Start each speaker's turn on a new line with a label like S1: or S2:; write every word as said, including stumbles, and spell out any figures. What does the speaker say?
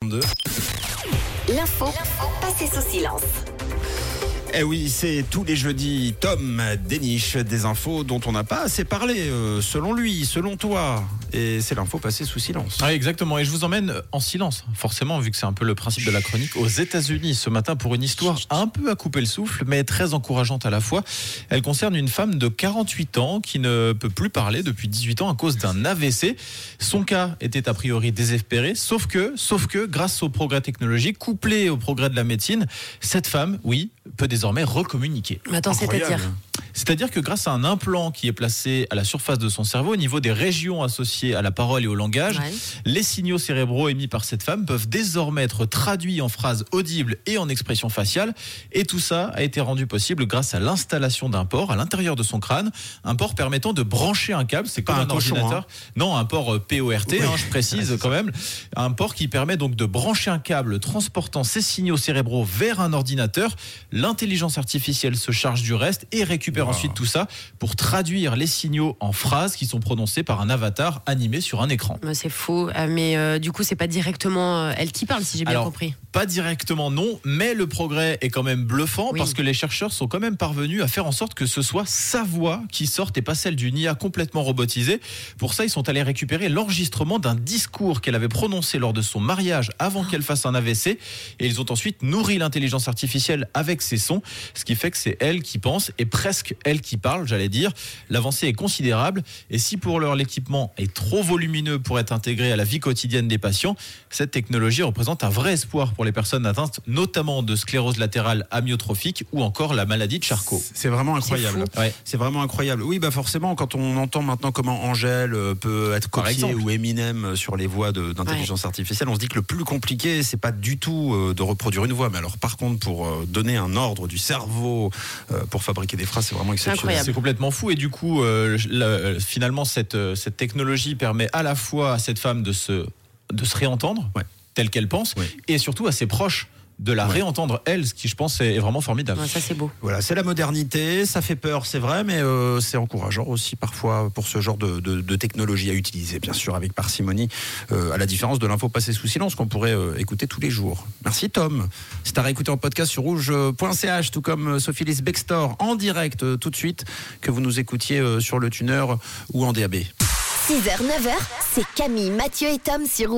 S1: trente-deux.
S2: L'info passée sous silence.
S1: Eh oui, c'est tous les jeudis, Tom déniche des infos dont on n'a pas assez parlé, euh, selon lui, selon toi. Et c'est l'info passée sous silence.
S3: Oui, exactement. Et je vous emmène en silence, forcément, vu que c'est un peu le principe de la chronique, aux États-Unis ce matin pour une histoire un peu à couper le souffle, mais très encourageante à la fois. Elle concerne une femme de quarante-huit ans qui ne peut plus parler depuis dix-huit ans à cause d'un A V C. Son cas était a priori désespéré, sauf que, sauf que, grâce au progrès technologique, couplé au progrès de la médecine, cette femme, oui, peut désormais recommuniquer.
S4: Mais attends, c'est-à-dire
S3: C'est-à-dire que grâce à un implant qui est placé à la surface de son cerveau, au niveau des régions associées à la parole et au langage,
S4: Ouais.
S3: les signaux cérébraux émis par cette femme peuvent désormais être traduits en phrases audibles et en expressions faciales. Et tout ça a été rendu possible grâce à l'installation d'un port à l'intérieur de son crâne, un port permettant de brancher un câble. C'est comme
S1: Pas
S3: un,
S1: un cochon,
S3: ordinateur.
S1: hein.
S3: Non, un port euh, P O R T,
S1: Oui.
S3: hein, je précise quand même. Un port qui permet donc de brancher un câble transportant ces signaux cérébraux vers un ordinateur. L'intelligence artificielle se charge du reste et récupère
S1: Wow.
S3: ensuite tout ça pour traduire les signaux en phrases qui sont prononcées par un avatar animé sur un écran.
S4: Ouais, c'est faux, euh, mais euh, du coup, c'est pas directement euh, elle qui parle, si j'ai bien
S3: Alors,
S4: compris.
S3: Pas directement non, mais le progrès est quand même bluffant
S4: Oui.
S3: parce que les chercheurs sont quand même parvenus à faire en sorte que ce soit sa voix qui sorte et pas celle d'une I A complètement robotisée. Pour ça, ils sont allés récupérer l'enregistrement d'un discours qu'elle avait prononcé lors de son mariage avant qu'elle fasse un A V C et ils ont ensuite nourri l'intelligence artificielle avec ses sons, ce qui fait que c'est elle qui pense et presque elle qui parle, j'allais dire. L'avancée est considérable et si pour l'heure l'équipement est trop volumineux pour être intégré à la vie quotidienne des patients, cette technologie représente un vrai espoir pour les personnes atteintes notamment de sclérose latérale amyotrophique ou encore la maladie de Charcot.
S1: C'est vraiment incroyable.
S4: fou.
S3: Ouais.
S1: C'est vraiment incroyable. Oui, bah forcément, quand on entend maintenant comment Angèle euh, peut être
S3: Par
S1: copiée
S3: exemple.
S1: ou Eminem sur les voix de- d'intelligence artificielle, on se dit que le plus compliqué, c'est pas du tout euh, de reproduire une voix. Mais alors, par contre, pour euh, donner un ordre du cerveau euh, pour fabriquer des phrases, c'est vraiment exceptionnel.
S4: incroyable.
S3: C'est complètement fou et du coup, euh, la- finalement, cette, euh, cette technologie permet à la fois à cette femme de se, de se réentendre,
S1: Ouais.
S3: telle qu'elle pense,
S1: Ouais.
S3: et surtout à ses proches de la
S1: Ouais.
S3: réentendre elle, ce qui je pense est, est vraiment formidable.
S4: Ouais, ça, c'est beau.
S1: Voilà, c'est la modernité, ça fait peur, c'est vrai, mais euh, c'est encourageant aussi parfois pour ce genre de, de, de technologie à utiliser, bien sûr, avec parcimonie, euh, à la différence de l'info passée sous silence qu'on pourrait euh, écouter tous les jours. Merci Tom. C'est à réécouter en podcast sur rouge point c h, tout comme euh, Sophie-Lys Bextor en direct euh, tout de suite, que vous nous écoutiez euh, sur le tuner ou en D A B.
S2: six heures neuf heures, c'est Camille, Mathieu et Tom sur